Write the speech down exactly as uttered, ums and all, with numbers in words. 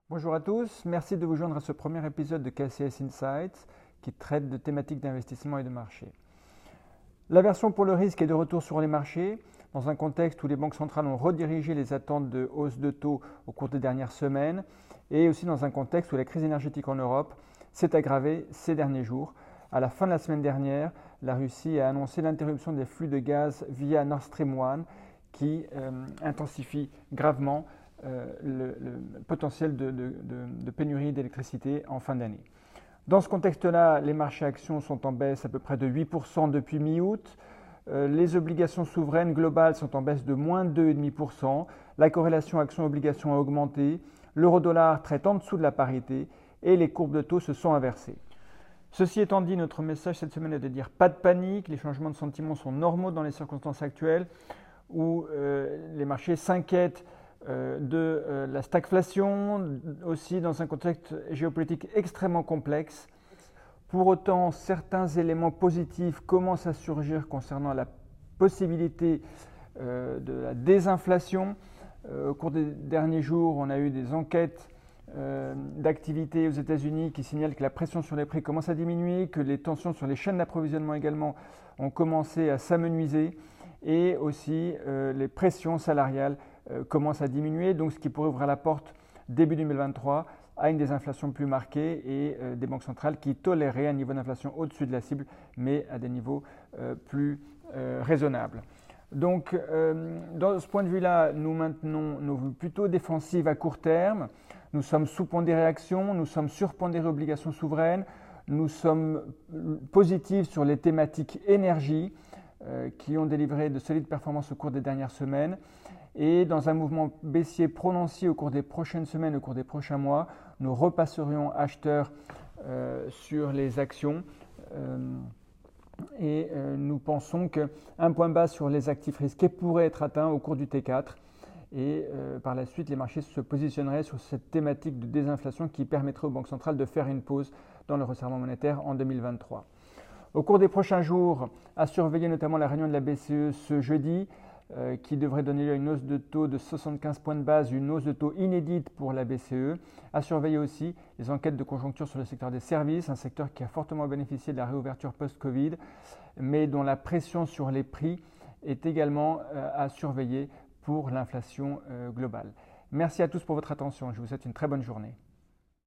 Bonjour à tous, merci de vous joindre à ce premier épisode de K C S Insights qui traite de thématiques d'investissement et de marché. L'aversion pour le risque est de retour sur les marchés dans un contexte où les banques centrales ont redirigé les attentes de hausse de taux au cours des dernières semaines et aussi dans un contexte où la crise énergétique en Europe s'est aggravée ces derniers jours. À la fin de la semaine dernière, la Russie a annoncé l'interruption des flux de gaz via Nord Stream un qui euh, intensifie gravement Euh, le, le potentiel de, de, de, de pénurie d'électricité en fin d'année. Dans ce contexte-là, les marchés actions sont en baisse à peu près de huit pour cent depuis mi-août. Euh, les obligations souveraines globales sont en baisse de moins deux virgule cinq pour cent. La corrélation action-obligation a augmenté. L'euro-dollar traite en dessous de la parité et les courbes de taux se sont inversées. Ceci étant dit, notre message cette semaine est de dire pas de panique. Les changements de sentiment sont normaux dans les circonstances actuelles où euh, les marchés s'inquiètent de la stagflation, aussi dans un contexte géopolitique extrêmement complexe. Pour autant, certains éléments positifs commencent à surgir concernant la possibilité de la désinflation. Au cours des derniers jours, on a eu des enquêtes d'activité aux États-Unis qui signalent que la pression sur les prix commence à diminuer, que les tensions sur les chaînes d'approvisionnement également ont commencé à s'amenuiser et aussi les pressions salariales commence à diminuer, donc ce qui pourrait ouvrir la porte début deux mille vingt-trois à une désinflation plus marquée et euh, des banques centrales qui toléraient un niveau d'inflation au-dessus de la cible, mais à des niveaux euh, plus euh, raisonnables. Donc, euh, dans ce point de vue-là, nous maintenons nos vues plutôt défensives à court terme. Nous sommes sous-pondérés actions, nous sommes surpondérés obligations souveraines, nous sommes positifs sur les thématiques énergie euh, qui ont délivré de solides performances au cours des dernières semaines. Et dans un mouvement baissier prononcé au cours des prochaines semaines, au cours des prochains mois, nous repasserions acheteurs euh, sur les actions euh, et euh, nous pensons qu'un point bas sur les actifs risqués pourrait être atteint au cours du T quatre et euh, par la suite les marchés se positionneraient sur cette thématique de désinflation qui permettrait aux banques centrales de faire une pause dans le resserrement monétaire en deux mille vingt-trois. Au cours des prochains jours, à surveiller notamment la réunion de la B C E ce jeudi, Euh, qui devrait donner lieu à une hausse de taux de soixante-quinze points de base, une hausse de taux inédite pour la B C E. À surveiller aussi les enquêtes de conjoncture sur le secteur des services, un secteur qui a fortement bénéficié de la réouverture post-Covid, mais dont la pression sur les prix est également euh, à surveiller pour l'inflation euh, globale. Merci à tous pour votre attention. Je vous souhaite une très bonne journée.